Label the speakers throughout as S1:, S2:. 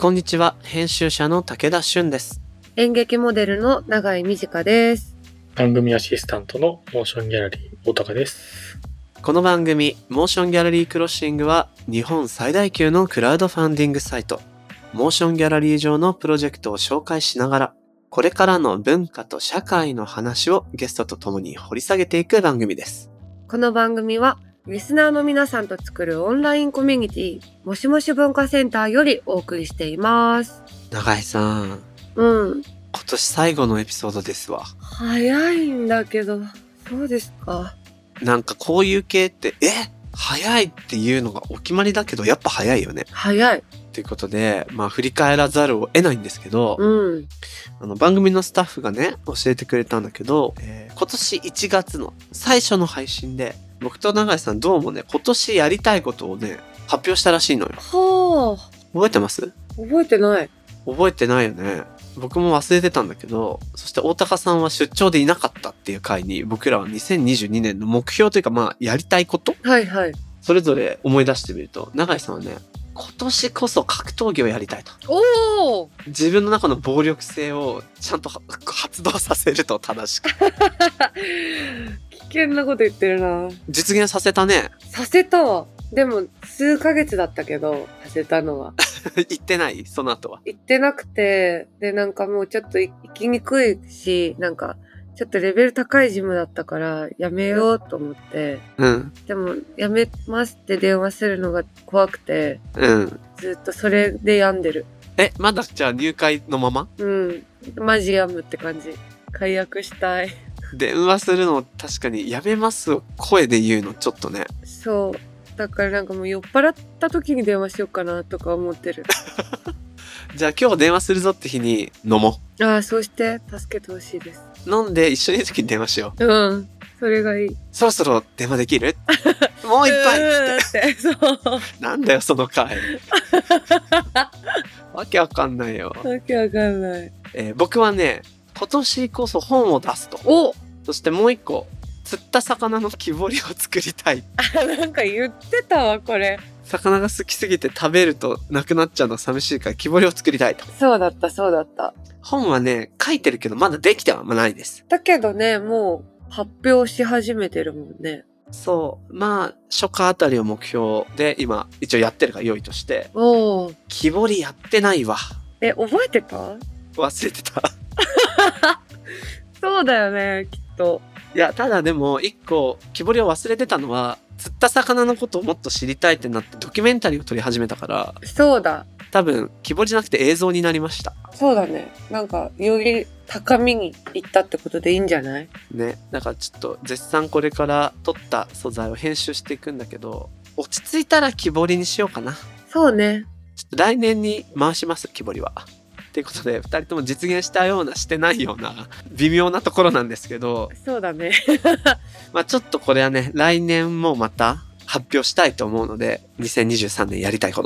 S1: こんにちは、編集者の武田俊です。
S2: 演劇モデルの永井美智香です。
S3: 番組アシスタントのモーションギャラリー大高です。
S1: この番組モーションギャラリークロッシングは日本最大級のクラウドファンディングサイトモーションギャラリー上のプロジェクトを紹介しながら、これからの文化と社会の話をゲストと共に掘り下げていく番組です。
S2: この番組はリスナーの皆さんと作るオンラインコミュニティもしもし文化センターよりお送りしています。
S1: 永井さん、
S2: 今
S1: 年最後のエピソードですわ。
S2: 早いんだけど、そうですか。
S1: なんかこういう系って早いっていうのがお決まりだけど、やっぱ早いよね。
S2: 早い。
S1: ということで、振り返らざるを得ないんですけど、番組のスタッフがね、教えてくれたんだけど、今年1月の最初の配信で、僕と永井さんどうもね、今年やりたいことをね、発表したらしいのよ。
S2: はあ。
S1: 覚えてます？
S2: 覚えてない。
S1: 覚えてないよね。僕も忘れてたんだけど、そして大高さんは出張でいなかったっていう回に、僕らは2022年の目標というかやりたいこと、
S2: はいはい、
S1: それぞれ思い出してみると、永井さんはね、今年こそ格闘技をやりたいと。
S2: おー、
S1: 自分の中の暴力性をちゃんと発動させると正しく。
S2: 危険なこと言ってるな。
S1: 実現させたね。
S2: させたわ。でも数ヶ月だったけど、させたのは。
S1: 言ってない？その後は。
S2: 行ってなくて、で、なんかもうちょっと行きにくいし、なんか、ちょっとレベル高いジムだったから、やめようと思って。でも、やめますって電話するのが怖くて。ずっとそれで病んでる。
S1: まだじゃあ入会のまま？
S2: マジ病むって感じ。解約したい。
S1: 電話するの確かにやめますを声で言うのちょっとね。
S2: そう。だからなんかもう酔っ払った時に電話しようかなとか思ってる。
S1: じゃあ今日電話するぞって日に飲も
S2: う。ああ、そうして助けてほしいです。
S1: 飲んで一緒にいる時に電話しよ
S2: う。それがいい。
S1: そろそろ電話できる？もう一杯ってそう。なんだよその回。わけわかんないよ。
S2: わけわかんない。
S1: 僕はね、今年こそ本を出すと。そしてもう一個、釣った魚の木彫りを作りたい。
S2: なんか言ってたわ、これ。
S1: 魚が好きすぎて食べるとなくなっちゃうの寂しいから木彫りを作りたいと。そうだった。本はね、書いてるけどまだできてはないです。
S2: だけどね、もう発表し始めてるもんね。
S1: そう。初夏あたりを目標で今一応やってるから良いとして。木彫りやってないわ。
S2: 覚えてた？
S1: 忘れてた。
S2: そうだよね、きっと。
S1: いや、ただでも一個木彫りを忘れてたのは、釣った魚のことをもっと知りたいってなってドキュメンタリーを撮り始めたから。
S2: そうだ。
S1: 多分木彫りじゃなくて映像になりました。
S2: そうだね。なんかより高みに行ったってことでいいんじゃない？
S1: ね。だからちょっと絶賛これから撮った素材を編集していくんだけど、落ち着いたら木彫りにしようかな。
S2: そうね。
S1: ちょっと来年に回します、木彫りは。ということで、2人とも実現したようなしてないような微妙なところなんですけど。
S2: そうだね。
S1: ちょっとこれはね、来年もまた発表したいと思うので、2023年やりたいこと。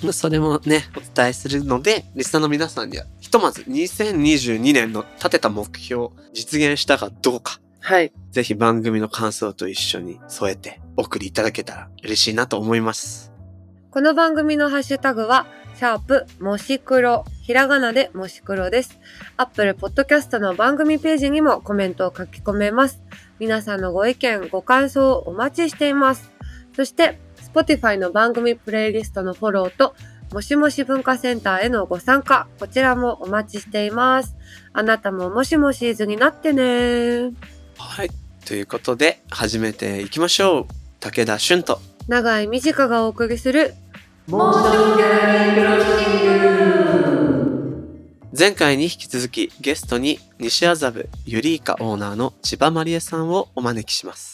S1: それもね、お伝えするので、リスナーの皆さんには、ひとまず2022年の立てた目標、実現したかどうか。
S2: はい。
S1: ぜひ番組の感想と一緒に添えてお送りいただけたら嬉しいなと思います。
S2: この番組のハッシュタグは、もし黒、ひらがなでもし黒です。Apple Podcast の番組ページにもコメントを書き込めます。皆さんのご意見、ご感想をお待ちしています。そして、Spotify の番組プレイリストのフォローと、もしもし文化センターへのご参加、こちらもお待ちしています。あなたももしもしーずになってね。
S1: はい。ということで、始めていきましょう。武田俊と
S2: 永井美智香がお送りする
S1: モーションギャラリークロッシング。前回に引き続きゲストに西麻布ユリイカオーナーの千葉まりえさんをお招きします。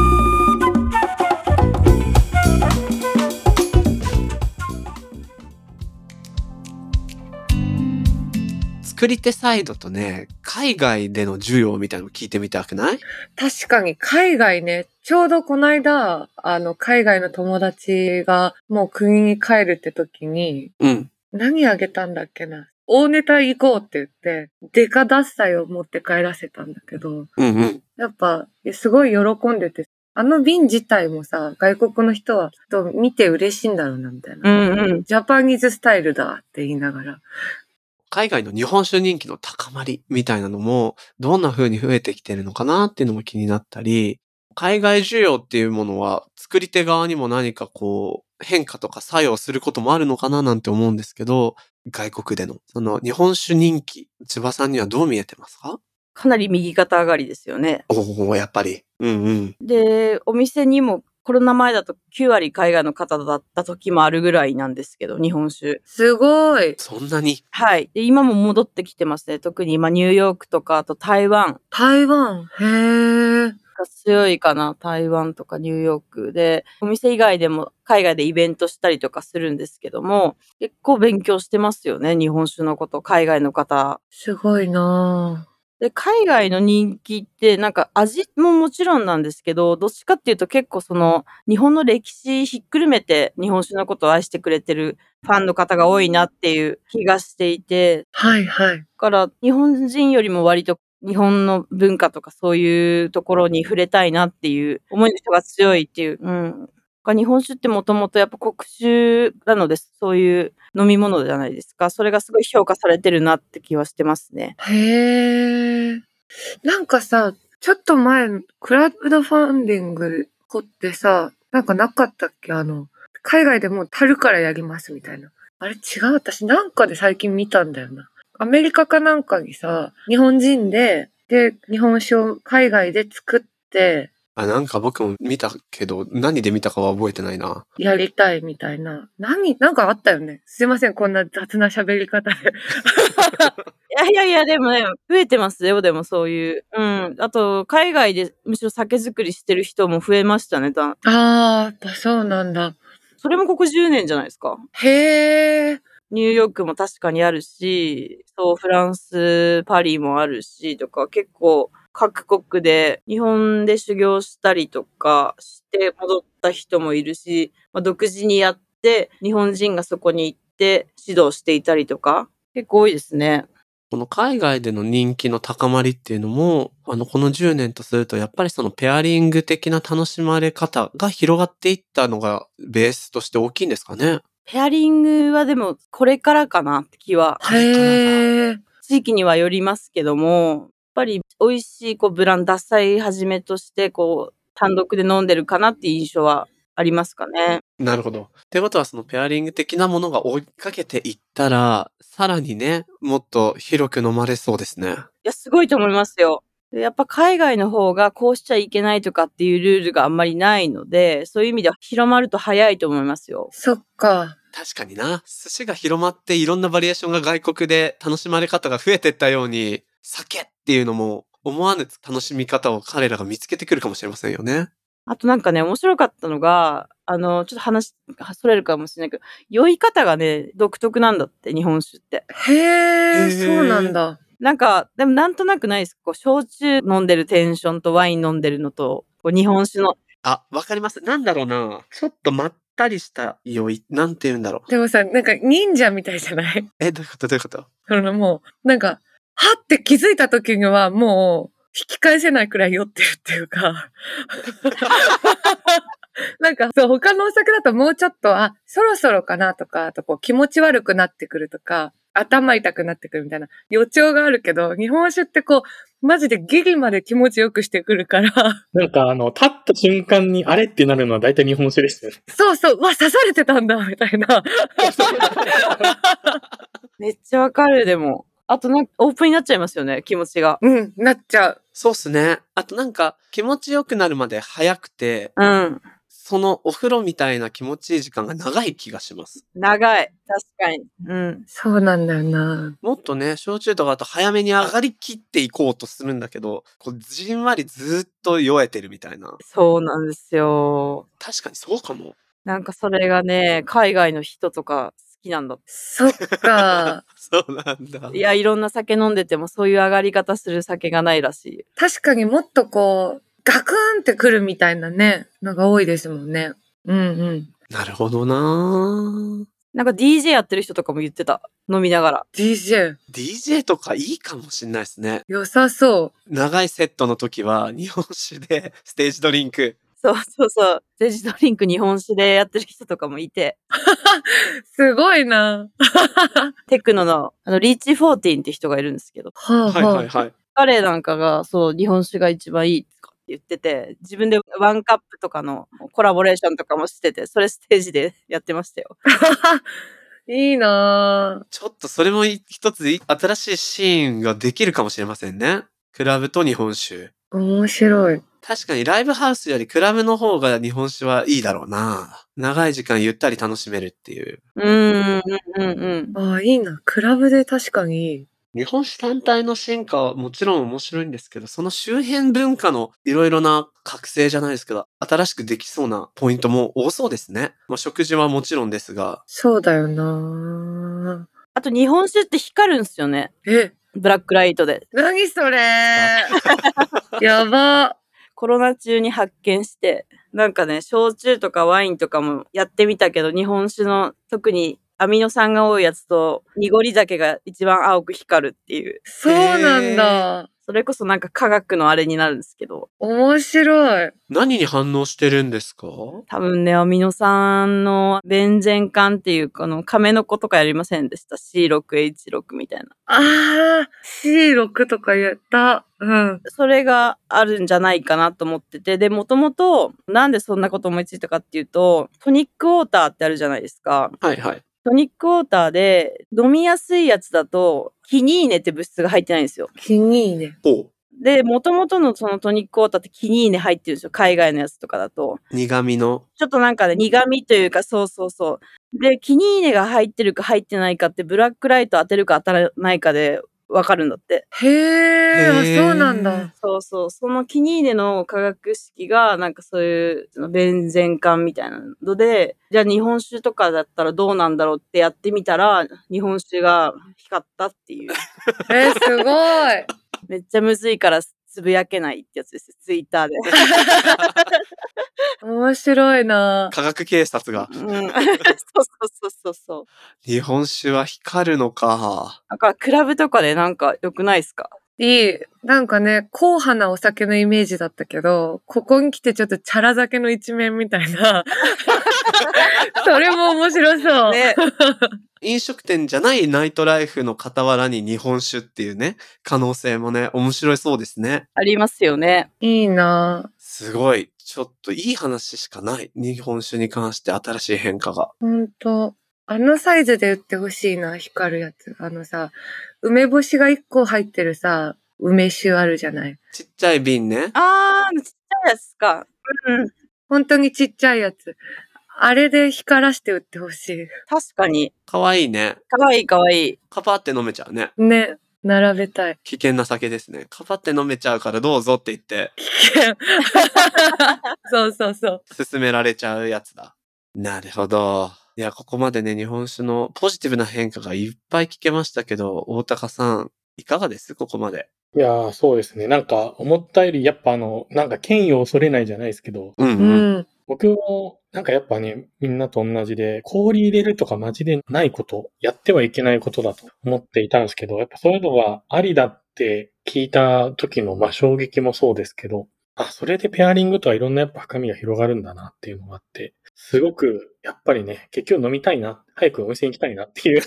S1: 作り手サイドとね、海外での需要みたいなの聞いてみたくない？
S2: 確かに海外ね、ちょうどこの間、海外の友達がもう国に帰るって時に、何あげたんだっけな。大ネタ行こうって言って、デカ獺祭を持って帰らせたんだけど、やっぱすごい喜んでて、 あの瓶自体もさ、外国の人はきっと見て嬉しいんだろうな、みたいな。ジャパニーズスタイルだって言いながら。
S1: 海外の日本酒人気の高まりみたいなのも、どんな風に増えてきてるのかなっていうのも気になったり、海外需要っていうものは、作り手側にも何かこう、変化とか作用することもあるのかななんて思うんですけど、外国での、その日本酒人気、千葉さんにはどう見えてますか？
S4: かなり右肩上がりですよね。
S1: おお、やっぱり。うんうん。
S4: で、お店にもコロナ前だと9割海外の方だった時もあるぐらいなんですけど、日本酒。
S2: すごい。
S1: そんなに。
S4: はい。で、今も戻ってきてますね。特に今ニューヨークとか、あと台湾
S2: 台湾。へー。
S4: が強いかな。台湾とかニューヨークで、お店以外でも海外でイベントしたりとかするんですけども、結構勉強してますよね。日本酒のこと、海外の方。
S2: すごいな
S4: で、海外の人気ってなんか味ももちろんなんですけど、どっちかっていうと結構その日本の歴史ひっくるめて日本酒のことを愛してくれてるファンの方が多いなっていう気がしていて、
S2: はいはい。
S4: だから日本人よりも割と日本の文化とかそういうところに触れたいなっていう思いの人が強いっていう。日本酒ってもともとやっぱ国酒なので、そういう飲み物じゃないですか。それがすごい評価されてるなって気はしてますね。
S2: へー。なんかさ、ちょっと前、クラウドファンディングってさ、なんかなかったっけ？海外でもう樽からやりますみたいな。あれ違う？私なんかで最近見たんだよな。アメリカかなんかにさ、日本人で、日本酒を海外で作って、
S1: なんか僕も見たけど、何で見たかは覚えてないな。
S2: やりたいみたいな。なんかあったよね。すいません、こんな雑な喋り方で。
S4: いや、でもね、増えてますよ、でもそういう。あと、海外でむしろ酒造りしてる人も増えましたね、
S2: ああ、やっぱそうなんだ。
S4: それもここ10年じゃないですか。
S2: へえ。
S4: ニューヨークも確かにあるし、そう、フランス、パリもあるしとか、結構各国で日本で修行したりとかして戻った人もいるし、独自にやって日本人がそこに行って指導していたりとか、結構多いですね。
S1: この海外での人気の高まりっていうのも、この10年とすると、やっぱりそのペアリング的な楽しまれ方が広がっていったのがベースとして大きいんですかね。
S4: ペアリングはでもこれからかなって気は。
S2: へえ。
S4: 地域にはよりますけども、やっぱり美味しいブランド、獺祭はじめとして単独で飲んでるかなっていう印象はありますかね。
S1: なるほど。ってことはそのペアリング的なものが追いかけていったら、さらにね、もっと広く飲まれそうですね。
S4: いや、すごいと思いますよ。でやっぱ海外の方がこうしちゃいけないとかっていうルールがあんまりないので、そういう意味では広まると早いと思いますよ。
S2: そっか。
S1: 確かにな。寿司が広まっていろんなバリエーションが外国で楽しまれ方が増えていったように、酒っていうのも思わぬ楽しみ方を彼らが見つけてくるかもしれませんよね。
S4: あとなんかね、面白かったのが、ちょっと話それるかもしれないけど、酔い方がね、独特なんだって、日本酒って。
S2: へえ、そうなんだ。
S4: なんか、でもなんとなくないですか？焼酎飲んでるテンションとワイン飲んでるのと、日本酒の。
S1: わかります。なんだろうな。ちょっとまったりした酔い。なんて言うんだろう。
S2: でもさ、なんか忍者みたいじゃない？
S1: どういうこと
S2: もう、なんか、はって気づいた時にはもう、引き返せないくらい酔ってるっていうか。なんか、そう、他のお酒だともうちょっと、そろそろかなとか、あと気持ち悪くなってくるとか、頭痛くなってくるみたいな予兆があるけど、日本酒ってマジでギリまで気持ちよくしてくるから。
S3: なんか立った瞬間にあれってなるのは大体日本酒ですよね。
S2: そうそう、刺されてたんだ、みたいな。
S4: めっちゃわかる、でも。あとなんかオープンになっちゃいますよね、気持ちが。
S2: なっちゃう。
S1: そうっすね。あとなんか気持ちよくなるまで早くて、そのお風呂みたいな気持ちいい時間が長い気がします。
S4: 長い。確かに。
S2: そうなんだよな。
S1: もっとね、焼酎とかだと早めに上がりきっていこうとするんだけど、じんわりずっと酔えてるみたいな。
S4: そうなんですよ。
S1: 確かにそうかも。
S4: なんかそれがね、海外の人とか好きなんだって。
S2: そっか。
S1: そうなんだ。
S4: いや、いろんな酒飲んでてもそういう上がり方する酒がないらしい。
S2: 確かにもっとガクンってくるみたいなね、のが多いですもんね。
S1: なるほどな。
S4: なんか DJ やってる人とかも言ってた。飲みながら。
S1: DJ とかいいかもしんないですね。
S2: 良さそう。
S1: 長いセットの時は日本酒でステージドリンク。
S4: そうそうそう。ゼジドリンク日本酒でやってる人とかもいて、
S2: すごいな。
S4: テクノの、リーチ14って人がいるんですけど、
S2: はあ
S1: はいは。
S2: はい
S1: はい。
S4: 彼なんかが、そう、日本酒が一番いいとかって言ってて、自分でワンカップとかのコラボレーションとかもしてて、それステージでやってましたよ。
S2: いいな
S1: ちょっとそれも一つ新しいシーンができるかもしれませんね。クラブと日本酒。
S2: ぁ。面白い。
S1: 確かにライブハウスよりクラブの方が日本酒はいいだろうな。長い時間ゆったり楽しめるっていう。
S2: ああ、いいな。クラブで確かにいい。
S1: 日本酒単体の進化はもちろん面白いんですけど、その周辺文化のいろいろな覚醒じゃないですけど、新しくできそうなポイントも多そうですね。まあ、食事はもちろんですが。
S2: そうだよな
S4: あと日本酒って光るんすよね。
S2: え、
S4: ブラックライトで。
S2: 何それやば。
S4: コロナ中に発見して、なんかね、焼酎とかワインとかもやってみたけど、日本酒の特にアミノ酸が多いやつと濁り酒が一番青く光るっていう。
S2: そうなんだ。
S4: それこそなんか科学のあれになるんですけど、
S2: 面白い。
S1: 何に反応してるんですか？
S4: 多分ね、アミノ酸のベンゼン酸っていうか亀の子とかやりませんでした？ C6H6 みたいな。
S2: ああ、C6 とか言った。うん。
S4: それがあるんじゃないかなと思ってて、で、もともとなんでそんなこと思いついたかっていうと、トニックウォーターってあるじゃないですか。
S1: はいはい。
S4: トニックウォーターで飲みやすいやつだと、キニーネって物質が入ってないんですよ。
S2: 気にいいね。
S1: ほ
S4: で、元々のそのトニックウォーターってキニーネ入ってるんですよ。海外のやつとかだと。
S1: う。苦味の。
S4: ちょっとなんかね、苦味というか、そうそうそう。で、キニーネが入ってるか入ってないかって、ブラックライト当てるか当たらないかでわかるんだって。
S2: へえ、あ、そうなんだ。
S4: そうそう。そのキニーネの化学式が、なんかそういう、そのベンゼン酸みたいなので、じゃあ日本酒とかだったらどうなんだろうってやってみたら、日本酒が光ったっていう。
S2: すごい。
S4: めっちゃむずいからつぶやけないってやつです。ツイッターで。
S2: 面白いな。
S1: 科学警察が。
S4: そうそうそう。
S1: 日本酒は光るのか。
S4: なんかクラブとかでなんか良くないですか？
S2: いい。なんかね、硬派なお酒のイメージだったけど、ここに来てちょっとチャラ酒の一面みたいな。それも面白そう。
S4: ね。
S1: 飲食店じゃないナイトライフの傍らに日本酒っていうね、可能性もね、面白いそうですね。
S4: ありますよね。
S2: いいな。
S1: すごい。ちょっといい話しかない。日本酒に関して新しい変化が。
S2: ほんと。あのサイズで売ってほしいな、光るやつ。梅干しが1個入ってるさ、梅酒あるじゃない。
S1: ちっちゃい瓶ね。
S4: ちっちゃいやつか。うん。
S2: 本当にちっちゃいやつ。あれで光らして売ってほし
S4: 確かに。
S1: かわいいね。
S4: かわいいかわいい。
S1: カパって飲めちゃうね。
S2: い。ね。並べたい。
S1: 危険な酒ですね。カパって飲めちゃうからどうぞって言って
S2: そうそうそう。
S1: 勧められちゃうやつだ。なるほど。いや、ここまでね、日本酒のポジティブな変化がいっぱい聞けましたけど、大高さん、いかがですここまで。
S3: いやー、そうですね。なんか、思ったより、やっぱなんか権威を恐れないじゃないですけど、
S1: うん
S2: う
S1: うん。
S2: ん。
S3: 僕も、なんかやっぱね、みんなと同じで、氷入れるとかマジでないこと、やってはいけないことだと思っていたんですけど、やっぱそういうのはありだって聞いた時の、衝撃もそうですけど、それでペアリングとはいろんなやっぱ深みが広がるんだなっていうのがあって、すごく、やっぱりね、結局飲みたいな、早くお店に行きたいなっていう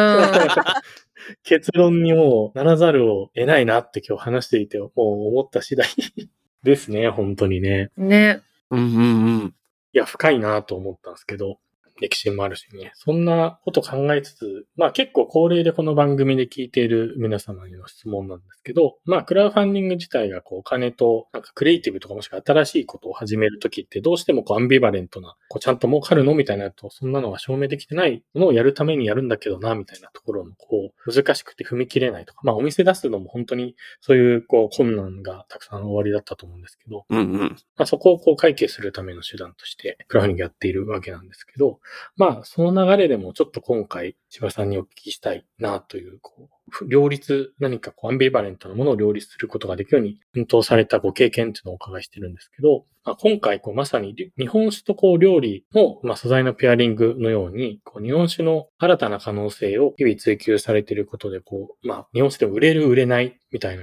S3: 結論にもうならざるを得ないなって今日話していて、もう思った次第ですね、本当にね。
S2: ね。
S1: うんうんうん。
S3: いや、深いなと思ったんですけど、歴史もあるしね。そんなこと考えつつ、結構恒例でこの番組で聞いている皆様への質問なんですけど、クラウドファンディング自体がお金と、なんかクリエイティブとかもしくは新しいことを始めるときってどうしてもアンビバレントな、ちゃんと儲かるのみたいなと、そんなのは証明できてないものをやるためにやるんだけどな、みたいなところの難しくて踏み切れないとか、お店出すのも本当にそういう困難がたくさんおありだったと思うんですけど、
S1: うんうん。
S3: そこを解決するための手段としてクラウドファンディングやっているわけなんですけど、その流れでもちょっと今回千葉さんにお聞きしたいなという、両立、何かアンビバレントなものを両立することができるように奮闘されたご経験というのをお伺いしてるんですけど、今回まさに日本酒と料理の素材のペアリングのように、日本酒の新たな可能性を日々追求されていることで、日本酒でも売れる売れないみたいな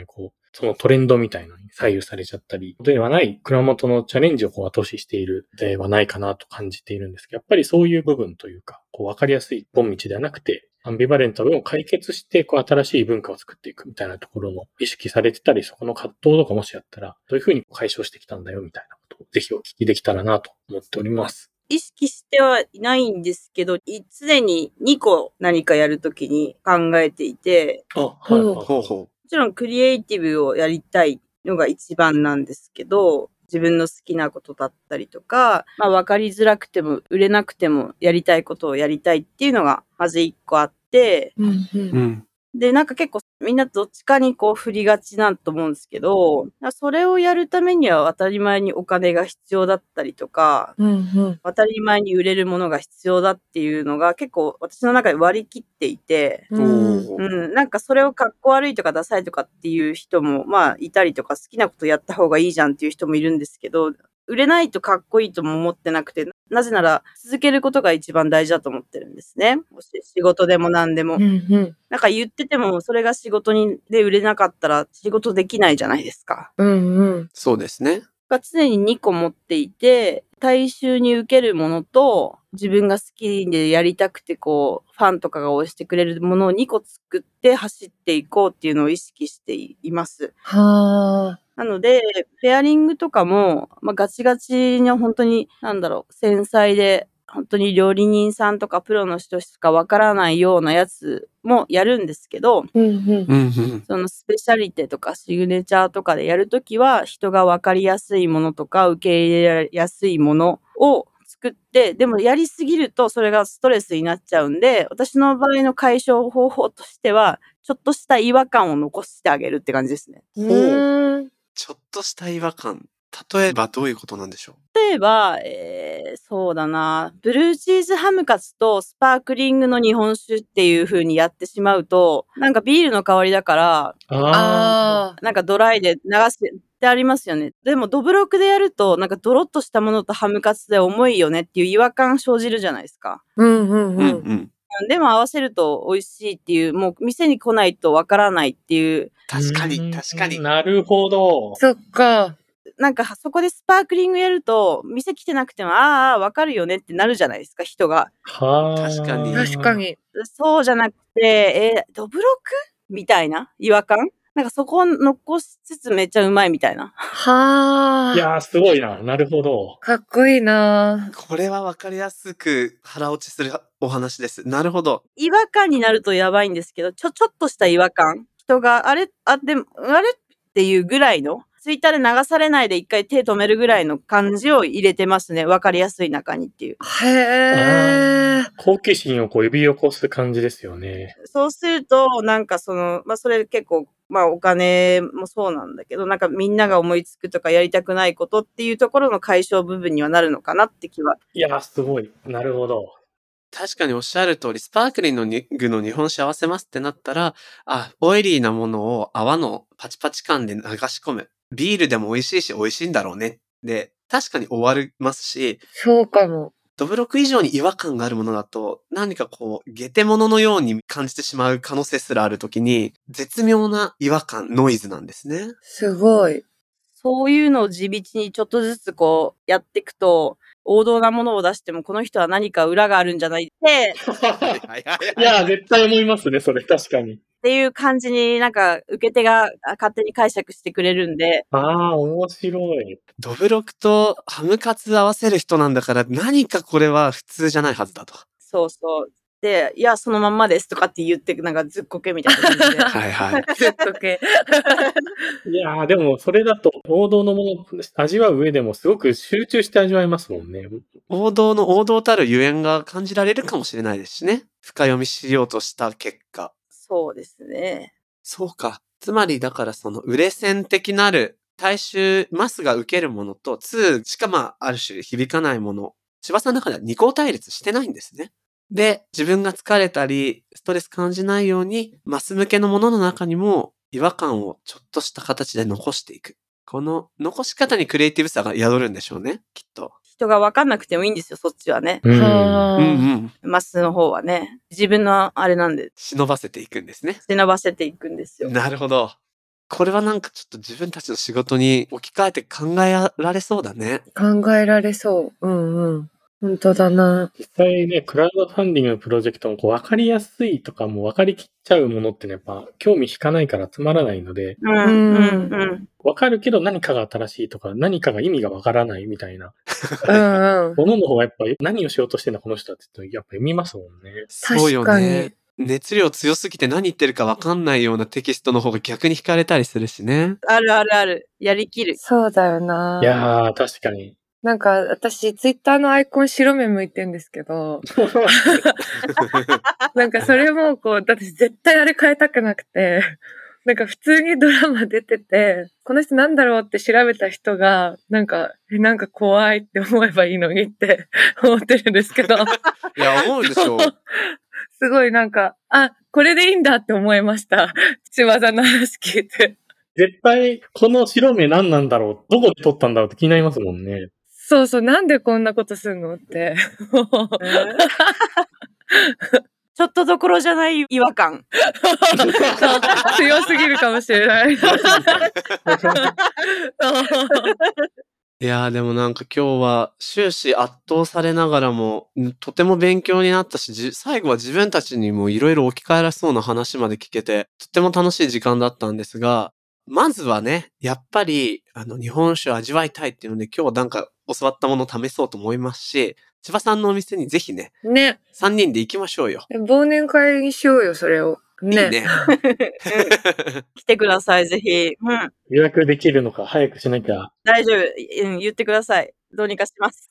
S3: そのトレンドみたいなのに左右されちゃったり、ではない蔵元のチャレンジを後押ししているではないかなと感じているんですけど、やっぱりそういう部分というか、わかりやすい一本道ではなくて、アンビバレントな部分を解決して、新しい文化を作っていくみたいなところの意識されてたり、そこの葛藤とかもしあったら、どういうふうに解消してきたんだよみたいなことをぜひお聞きできたらなと思っております。
S4: 意識してはいないんですけど、常に2個何かやるときに考えていて、
S3: はいはい。
S1: ほうほ
S4: もちろんクリエイティブをやりたいのが一番なんですけど、自分の好きなことだったりとか、分かりづらくても売れなくてもやりたいことをやりたいっていうのがまず1個あって、
S1: うん
S4: で、結構みんなどっちかに振りがちなんと思うんですけど、それをやるためには当たり前にお金が必要だったりとか、当たり前に売れるものが必要だっていうのが結構私の中で割り切っていて、
S1: おー
S4: それをかっこ悪いとかダサいとかっていう人もいたりとか、好きなことやった方がいいじゃんっていう人もいるんですけど、売れないとかっこいいとも思ってなくて、なぜなら続けることが一番大事だと思ってるんですね。仕事でも何でも。言っててもそれが仕事で売れなかったら仕事できないじゃないですか。
S1: そうですね。
S4: 常に2個持っていて、大衆に受けるものと、自分が好きでやりたくてファンとかが推してくれるものを2個作って走っていこうっていうのを意識しています。なので、ペアリングとかも、ガチガチに本当に、繊細で、本当に料理人さんとかプロの人しかわからないようなやつもやるんですけど、そのスペシャリテとかシグネチャーとかでやるときは、人がわかりやすいものとか受け入れやすいものを作って、でもやりすぎるとそれがストレスになっちゃうんで、私の場合の解消方法としては、ちょっとした違和感を残してあげるって感じですね。
S1: ちょっとした違和感。例えばどういうことなんでしょう？
S4: 例えば、そうだな、ブルーチーズハムカツとスパークリングの日本酒っていう風にやってしまうと、ビールの香りだから、ドライで流してありますよね。でもドブロクでやると、ドロッとしたものとハムカツで重いよねっていう違和感生じるじゃないですか。でも合わせると美味しいっていう、もう店に来ないとわからないっていう。
S1: 確かに。
S3: なるほど。
S2: そっか。
S4: そこでスパークリングやると、店来てなくても、わかるよねってなるじゃないですか、人が。
S1: 確かに。
S4: そうじゃなくて、ドブロクみたいな違和感そこを残しつつめっちゃうまいみたいな。
S3: いやー、すごいな。なるほど。
S2: かっこいいな。
S1: これはわかりやすく腹落ちするお話です。なるほど。
S4: 違和感になるとやばいんですけど、ちょっとした違和感。人が、あれっていうぐらいの、ツイッターで流されないで一回手止めるぐらいの感じを入れてますね。わかりやすい中にっていう。
S2: へー。
S3: 好奇心を呼び起こす感じですよね。
S4: そうすると、それ結構、お金もそうなんだけど、みんなが思いつくとかやりたくないことっていうところの解消部分にはなるのかなって気は。
S3: いや、すごい。なるほど。
S1: 確かにおっしゃる通り、スパークリングの日本酒合わせますってなったら、オイリーなものを泡のパチパチ感で流し込む。ビールでも美味しいし美味しいんだろうね。で、確かに終わりますし、
S2: そうかも。
S1: ドブロク以上に違和感があるものだと、何か下手物のように感じてしまう可能性すらあるときに、絶妙な違和感、ノイズなんですね。
S2: すごい。
S4: そういうのを地道にちょっとずつやっていくと、王道なものを出してもこの人は何か裏があるんじゃないって、
S3: いや、絶対思いますね、それ、確かに。
S4: っていう感じに受け手が勝手に解釈してくれるんで。
S3: 面白い。
S1: ドブロクとハムカツ合わせる人なんだから何かこれは普通じゃないはずだと。
S4: そうそう。で、いや、そのまんまですとかって言って、ずっこけみたいな感じで。
S2: ずっこけ。
S3: いやー、でもそれだと王道のもの、味わう上でもすごく集中して味わえますもんね。
S1: 王道の王道たるゆえんが感じられるかもしれないですしね。深読みしようとした結果。
S4: そうですね。
S1: そうか。つまりだから売れ線的なる大衆マスが受けるものと2しかある種響かないもの。千葉さんの中では二項対立してないんですね。で、自分が疲れたりストレス感じないようにマス向けのものの中にも違和感をちょっとした形で残していく。この残し方にクリエイティブさが宿るんでしょうね、きっと。
S4: 人が分かんなくてもいいんですよ、そっちはね。マスの方はね。自分のあれなんで。
S1: 忍ばせていくんですね。
S4: 忍ばせていくんですよ。
S1: なるほど。 これはなんかちょっと自分たちの仕事に置き換えて考えられそうだね。
S2: 考えられそう。うんうん。本当だな。
S3: 実際ね、クラウドファンディングのプロジェクトも分かりやすいとかも分かりきっちゃうものってね、やっぱ興味引かないからつまらないので、分かるけど何かが新しいとか、何かが意味が分からないみたいな
S2: うんうん。
S3: ものの方がやっぱ何をしようとしてんだこの人はって言うとやっぱ読みますもんね。
S1: そうよ
S2: 確か
S1: ね。熱量強すぎて何言ってるか分かんないようなテキストの方が逆に惹かれたりするしね。
S4: あるあるある。やりきる。
S2: そうだよな。
S3: いやー、確かに。
S2: なんか私ツイッターのアイコン白目向いてんですけど、なんかそれもこう、私絶対あれ変えたくなくて、なんか普通にドラマ出てて、この人なんだろうって調べた人が、なんか怖いって思えばいいのにって思ってるんですけど。
S1: いや、思うでしょう。
S2: すごいなんか、あ、これでいいんだって思いました。千葉さんの話聞いて。
S3: 絶対、この白目何なんだろう、どこで撮ったんだろうって気になりますもんね。
S2: そうそう、なんでこんなことすんのって。
S4: ちょっとどころじゃない違和感。
S2: 強すぎるかもしれない。
S1: いやーでもなんか今日は終始圧倒されながらもとても勉強になったし、最後は自分たちにもいろいろ置き換えられそうな話まで聞けて、とても楽しい時間だったんですが、まずはね、やっぱり日本酒を味わいたいっていうので今日なんか教わったものを試そうと思いますし、千葉さんのお店にぜひね、
S2: ね。
S1: 3人で行きましょうよ。
S2: 忘年会にしようよ、それを。ね。
S1: いいね。
S4: 来てください、ぜひ。
S3: 予約できるのか早くしなきゃ。
S4: 大丈夫。言ってください。どうにかします。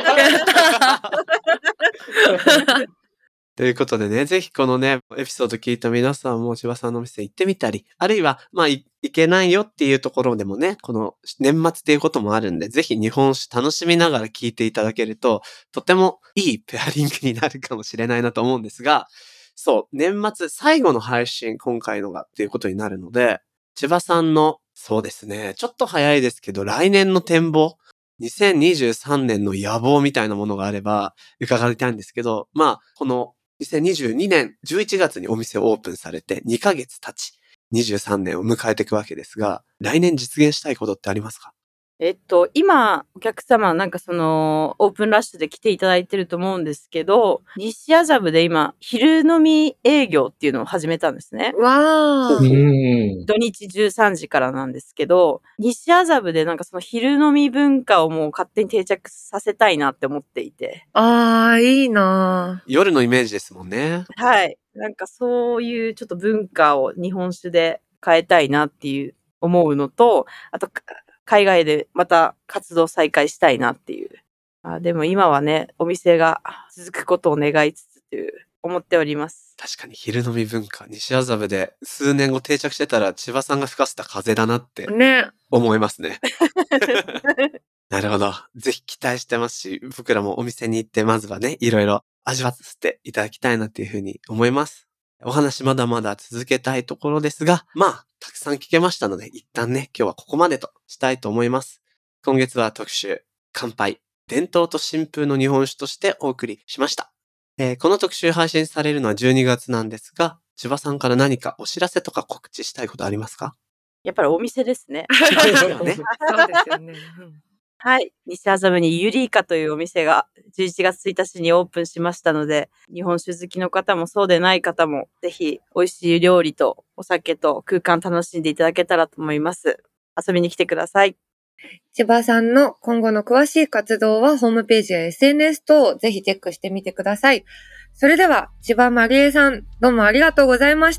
S1: ということでね、ぜひこのね、エピソード聞いた皆さんも千葉さんのお店行ってみたり、あるいは、行けないよっていうところでもね、この年末っていうこともあるんで、ぜひ日本酒楽しみながら聞いていただけると、とてもいいペアリングになるかもしれないなと思うんですが、そう、年末最後の配信、今回のがっていうことになるので、千葉さんの、そうですね、ちょっと早いですけど、来年の展望、2023年の野望みたいなものがあれば伺いたいんですけど、この2022年11月にお店をオープンされて2ヶ月経ち、23年を迎えていくわけですが、来年実現したいことってありますか？
S4: 今、お客様、なんかその、オープンラッシュで来ていただいてると思うんですけど、西麻布で今、昼飲み営業っていうのを始めたんですね。
S2: わー。
S4: 土日13時からなんですけど、西麻布でなんかその昼飲み文化をもう勝手に定着させたいなって思っていて。
S2: いいな。
S1: 夜のイメージですもんね。
S4: はい。なんかそういうちょっと文化を日本酒で変えたいなっていう思うのと、あと、海外でまた活動再開したいなっていう。でも今はね、お店が続くことを願いつつという思っております。
S1: 確かに昼飲み文化、西麻布で数年後定着してたら千葉さんが吹かせた風だなって思いますね。なるほど。ぜひ期待してますし、僕らもお店に行ってまずはね、いろいろ味わわせていただきたいなっていうふうに思います。お話まだまだ続けたいところですが、たくさん聞けましたので、一旦ね、今日はここまでとしたいと思います。今月は特集、乾杯、伝統と新風の日本酒としてお送りしました。この特集配信されるのは12月なんですが、千葉さんから何かお知らせとか告知したいことありますか？
S4: やっぱりお店ですね。
S2: そうですよね。
S4: はい。西麻布にユリーカというお店が11月1日にオープンしましたので、日本酒好きの方もそうでない方も、ぜひ美味しい料理とお酒と空間楽しんでいただけたらと思います。遊びに来てください。
S2: 千葉さんの今後の詳しい活動はホームページや SNS 等ぜひチェックしてみてください。それでは千葉まりえさん、どうもありがとうございました。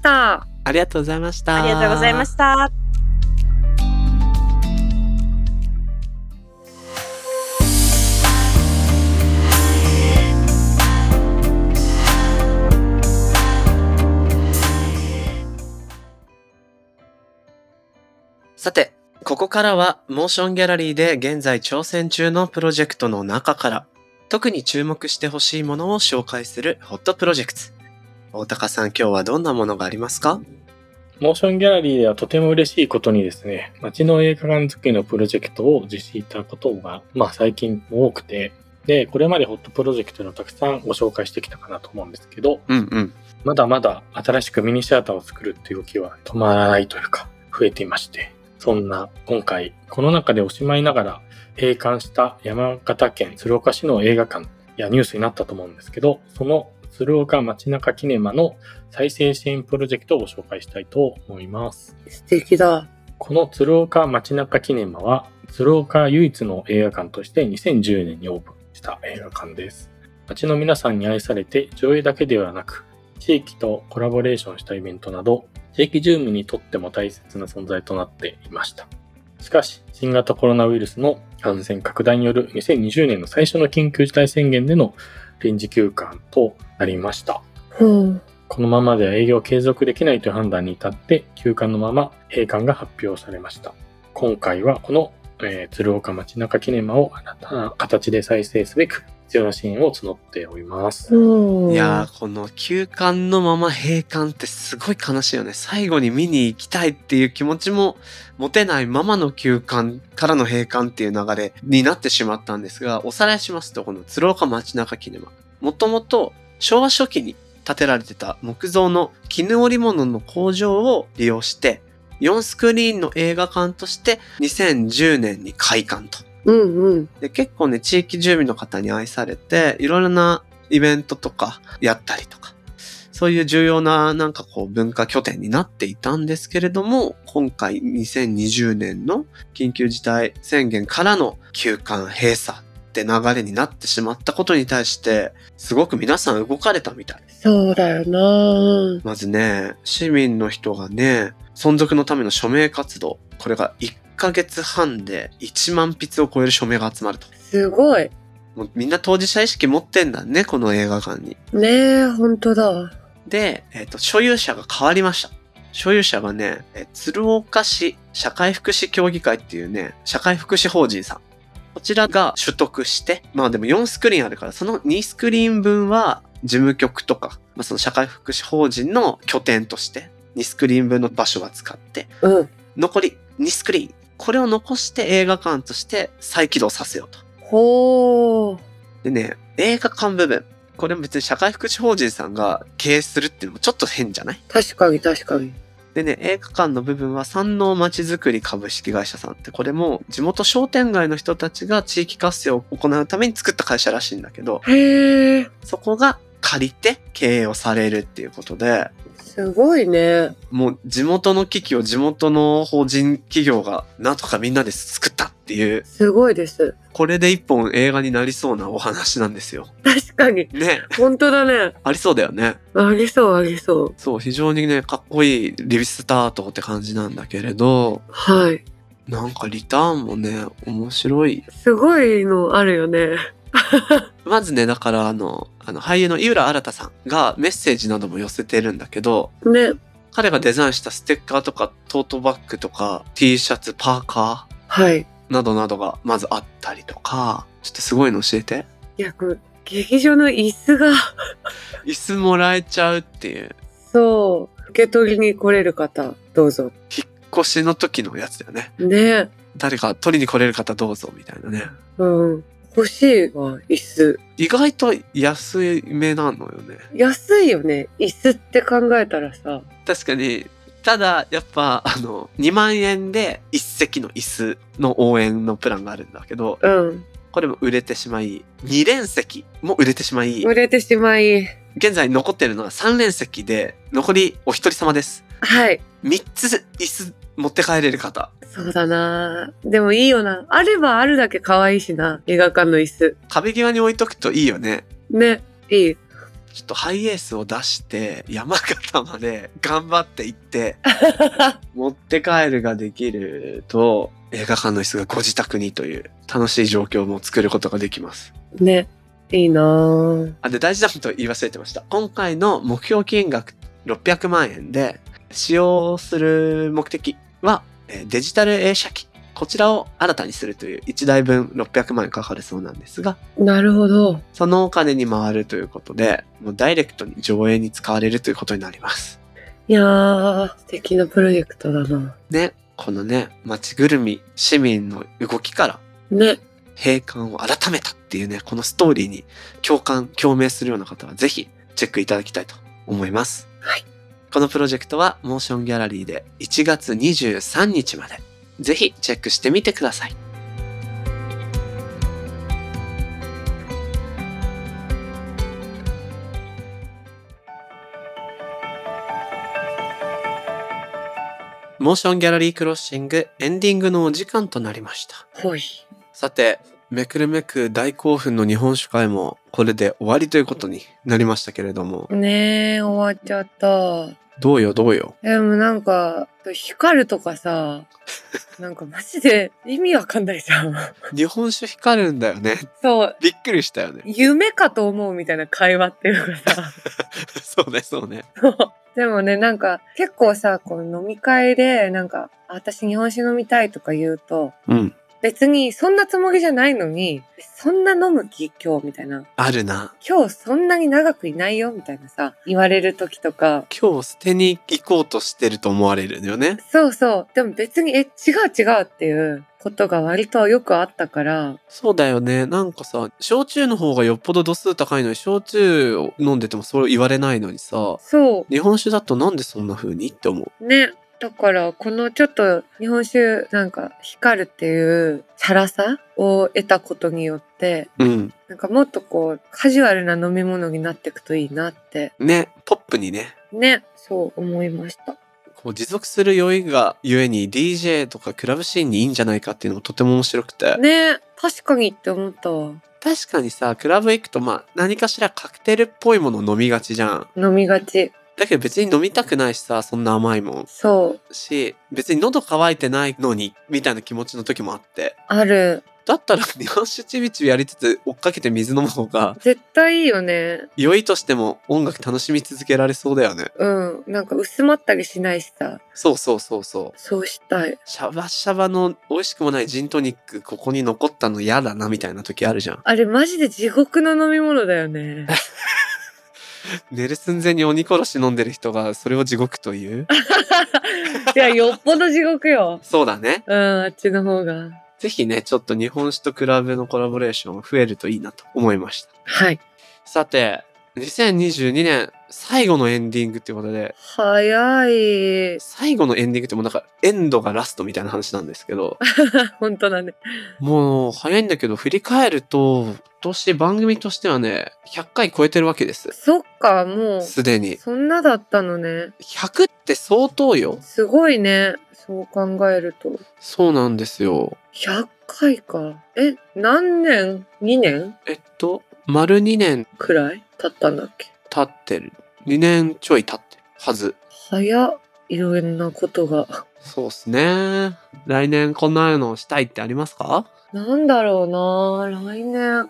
S1: ありがとうございました。
S4: ありがとうございました。
S1: さて、ここからはモーションギャラリーで現在挑戦中のプロジェクトの中から特に注目してほしいものを紹介するホットプロジェクト。大高さん、今日はどんなものがありますか？
S3: モーションギャラリーではとても嬉しいことにですね、街の映画館作りのプロジェクトを実施したことが、最近多くて、で、これまでホットプロジェクトのたくさんご紹介してきたかなと思うんですけど、まだまだ新しくミニシアターを作るっていう動きは止まらないというか、 増えていまして、そんな今回この中でおしまいながら閉館した山形県鶴岡市の映画館やニュースになったと思うんですけど、その鶴岡街中キネマの再生支援プロジェクトをご紹介したいと思います。
S2: 素敵だ。
S3: この鶴岡街中キネマは鶴岡唯一の映画館として2010年にオープンした映画館です。街の皆さんに愛されて上映だけではなく、地域とコラボレーションしたイベントなど、地域住民にとっても大切な存在となっていました。しかし、新型コロナウイルスの感染拡大による2020年の最初の緊急事態宣言での臨時休館となりました。このままでは営業継続できないという判断に至って、休館のまま閉館が発表されました。今回はこの、鶴岡街中キネマを新たな形で再生すべく、必要な支援を募っております。
S1: いやー、この休館のまま閉館ってすごい悲しいよね。最後に見に行きたいっていう気持ちも持てないままの休館からの閉館っていう流れになってしまったんですが、おさらいしますと、この鶴岡街中キネマ、もともと昭和初期に建てられてた木造の絹織物の工場を利用して、4スクリーンの映画館として2010年に開館と。で、結構ね、地域住民の方に愛されて、いろいろなイベントとかやったりとか、そういう重要な文化拠点になっていたんですけれども、今回2020年の緊急事態宣言からの休館閉鎖って流れになってしまったことに対して、すごく皆さん動かれたみたい。
S2: そうだよな。
S1: まずね、市民の人がね、存続のための署名活動、これが1ヶ月半で1万筆を超える署名が集まると。
S2: すごい。
S1: もうみんな当事者意識持ってんだね、この映画館に。
S2: ねえ、本当だ。
S1: で、所有者が変わりました。所有者がね、鶴岡市社会福祉協議会っていうね、社会福祉法人さん。こちらが取得して、まあでも4スクリーンあるから、その2スクリーン分は事務局とか、その社会福祉法人の拠点として、2スクリーン分の場所は使って、残り2スクリーン、これを残して映画館として再起動させようと。
S2: ほー。
S1: でね、映画館部分、これも別に社会福祉法人さんが経営するっていうのもちょっと変じゃない？
S2: 確かに確かに。
S1: でね、映画館の部分は山王まちづくり株式会社さんって、これも地元商店街の人たちが地域活性を行うために作った会社らしいんだけど、
S2: へー。
S1: そこが借りて経営をされるっていうことで、
S2: すごいね。
S1: もう地元の危機を地元の法人企業がなんとかみんなで救ったっていう。
S2: すごいです。
S1: これで一本映画になりそうなお話なんですよ。
S2: 確かに。
S1: ね。
S2: 本当だね。
S1: ありそうだよね。
S2: ありそうありそう。
S1: そう、非常にね、かっこいいリスタートって感じなんだけれど、
S2: はい。
S1: なんかリターンもね、面白い。
S2: すごいのあるよね。
S1: まずね、だから俳優の井浦新さんがメッセージなども寄せてるんだけど、
S2: ね。
S1: 彼がデザインしたステッカーとかトートバッグとか T シャツ、パーカ
S2: はい。
S1: ーなどなどがまずあったりとか、ちょっとすごいの教えて。
S2: いや、劇場の椅子が
S1: 椅子もらえちゃうっていう。
S2: そう。受け取りに来れる方、どうぞ。
S1: 引っ越しの時のやつだよね。
S2: ね。
S1: 誰か取りに来れる方どうぞみたいなね。
S2: うん。欲しいわ、椅子。
S1: 意外と安いめなのよね。
S2: 安いよね。椅子って考えたらさ。
S1: 確かに。ただ、やっぱ、2万円で1席の椅子の応援のプランがあるんだけど、
S2: うん。
S1: これも売れてしまい、2連席も売れてしまい、
S2: 売れてしまい。
S1: 現在残ってるのは3連席で、残りお一人様です。
S2: はい。
S1: 3つ椅子持って帰れる方。
S2: そうだな。でもいいよな。あればあるだけ可愛いしな。映画館の椅子。
S1: 壁際に置いとくといいよね。
S2: ね。いい。
S1: ちょっとハイエースを出して山形まで頑張って行って持って帰るができると映画館の椅子がご自宅にという楽しい状況も作ることができます。
S2: ね。いいなぁ。
S1: で、大事なこと言い忘れてました。今回の目標金額600万円で使用する目的はデジタル映写機。こちらを新たにするという1台分600万円かかるそうなんですが、
S2: なるほど。
S1: そのお金に回るということで、もうダイレクトに上映に使われるということになります。
S2: いやー、素敵なプロジェクトだな。
S1: ね、このね、街ぐるみ、市民の動きから、
S2: ね。
S1: 閉館を改めたっていうね、このストーリーに共鳴するような方はぜひチェックいただきたいと思います。
S2: はい。
S1: このプロジェクトはモーションギャラリーで1月23日まで。ぜひチェックしてみてください。モーションギャラリークロッシングエンディングのお時間となりました。
S2: ほい。
S1: さて、めくるめく大興奮の日本酒会もこれで終わりということになりましたけれども。
S2: ねえ、終わっちゃった。
S1: どうよどうよ。
S2: でもなんか、光るとかさ、なんかマジで意味わかんないじゃん。
S1: 日本酒光るんだよね。
S2: そう。
S1: びっくりしたよね。
S2: 夢かと思うみたいな会話っていうかさ。
S1: そうね、そうね。
S2: でもね、なんか結構さ、この飲み会で、なんか、私日本酒飲みたいとか言うと、
S1: うん。
S2: 別にそんなつもりじゃないのに、そんな飲む気今日みたいな。
S1: あるな。
S2: 今日そんなに長くいないよみたいなさ、言われる時とか。
S1: 今日捨てに行こうとしてると思われるんだよね。
S2: そうそう。でも別に、違う違うっていうことが割とよくあったから。
S1: そうだよね。なんかさ、焼酎の方がよっぽど度数高いのに、焼酎を飲んでてもそれを言われないのにさ、
S2: そ
S1: 日本酒だとなんでそんな風にって思う。
S2: ね。だからこのちょっと日本酒なんか光るっていうチャラさを得たことによって、
S1: うん。
S2: なんかもっとこうカジュアルな飲み物になっていくといいなって
S1: ね、ポップにね。
S2: ね、そう思いました。
S1: こう持続する酔いがゆえに DJ とかクラブシーンにいいんじゃないかっていうのもとても面白くて。
S2: ね、確かにって思ったわ。
S1: 確かにさ、クラブ行くと何かしらカクテルっぽいもの飲みがちじゃん。
S2: 飲みがち。
S1: だけど別に飲みたくないしさ、そんな甘いもん。
S2: そう
S1: し、別に喉乾いてないのに、みたいな気持ちの時もあって。
S2: ある。
S1: だったら日本酒ちびちびやりつつ追っかけて水飲む方が、
S2: 絶対いいよね。
S1: 酔いとしても音楽楽しみ続けられそうだよね。
S2: うん。なんか薄まったりしないしさ。
S1: そうそうそうそう。
S2: そうしたい。
S1: シャバシャバの美味しくもないジントニックここに残ったの嫌だなみたいな時あるじゃん。
S2: あれマジで地獄の飲み物だよね。
S1: 寝る寸前に鬼殺し飲んでる人がそれを地獄という。
S2: いや、よっぽど地獄よ。
S1: そうだね。
S2: うん、あっちの方が。
S1: ぜひね、ちょっと日本酒とクラブのコラボレーション増えるといいなと思いました。
S2: はい。
S1: さて、2022年最後のエンディングっていうことで、
S2: 早い。
S1: 最後のエンディングってもうなんかエンドがラストみたいな話なんですけど、
S2: 本当だね。
S1: もう早いんだけど振り返ると、今年番組としてはね、100回超えてるわけです。
S2: そっか、もう。
S1: すでに。
S2: そんなだったのね。
S1: 100って相当よ。
S2: すごいね。そう考えると。
S1: そうなんですよ。
S2: 100回か。何年 ?2 年
S1: 丸2年
S2: くらい経ったんだっけ？
S1: 経ってる。2年ちょい経ってるはず。
S2: 早っ。いろんなことが。
S1: そうっすね。来年こんなのしたいってありますか？
S2: なんだろうな。来年。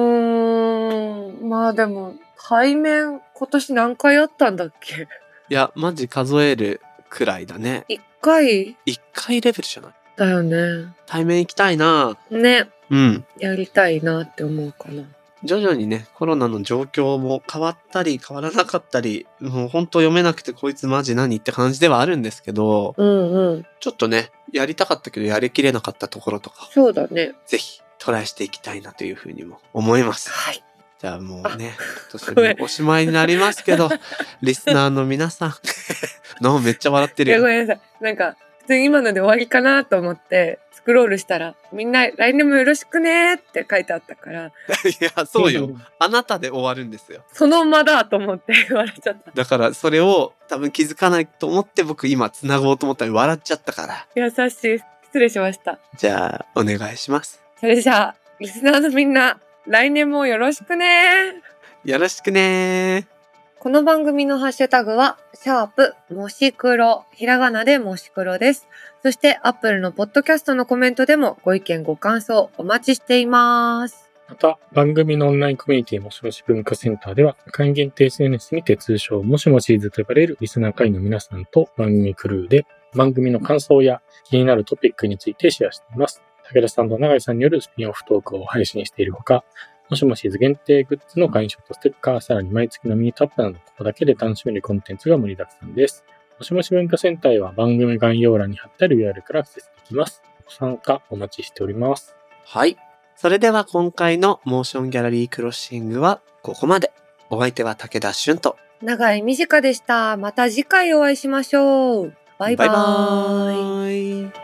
S2: まあでも、対面今年何回あったんだっけ？
S1: いや、マジ数えるくらいだね。
S2: 1回
S1: 1回レベルじゃない？
S2: だよね。
S1: 対面行きたいな。
S2: ね。
S1: うん。
S2: やりたいなって思うかな。
S1: 徐々にね、コロナの状況も変わったり変わらなかったり、もうほんと読めなくてこいつマジ何って感じではあるんですけど、
S2: うんうん。
S1: ちょっとね、やりたかったけどやりきれなかったところとか、
S2: そうだね。
S1: ぜひトライしていきたいなというふうにも思います。
S2: はい。
S1: じゃあもうね、今年もおしまいになりますけど、リスナーの皆さん、めっちゃ笑って
S2: いや、ご
S1: るよ。
S2: めんなさい。なんか、普通に今ので終わりかなと思って、スクロールしたら、みんな来年もよろしくねって書いてあったから。
S1: いや、そうよ。あなたで終わるんですよ。
S2: その間だと思って言われちゃった。
S1: だからそれを多分気づかないと思って僕今繋ごうと思ったら笑っちゃったから。
S2: 優しい。失礼しました。
S1: じゃあ、お願いします。
S2: それじゃあ、リスナーのみんな、来年もよろしくね。
S1: よろしくね。
S2: この番組のハッシュタグは、もし黒、ひらがなでもし黒です。そして、Apple のポッドキャストのコメントでもご意見ご感想お待ちしています。
S3: また、番組のオンラインコミュニティもしもし文化センターでは、会員限定 SNS にて通称もしもしーずと呼ばれるリスナー会員の皆さんと番組クルーで、番組の感想や気になるトピックについてシェアしています。武田さんと永井さんによるスピンオフトークを配信しているほか、もしもしーず限定グッズの会員ショットステッカー、さらに毎月のミニタップなど、ここだけで楽しめるコンテンツが盛りだくさんです。もしもし文化センターへは番組概要欄に貼ってある URL からアクセスできます。ご参加お待ちしております。
S1: はい。それでは今回のモーションギャラリークロッシングはここまで。お相手は武田俊と
S2: 長井美智香でした。また次回お会いしましょう。バイバ
S1: バイバ
S2: ーイ。
S1: ーイ。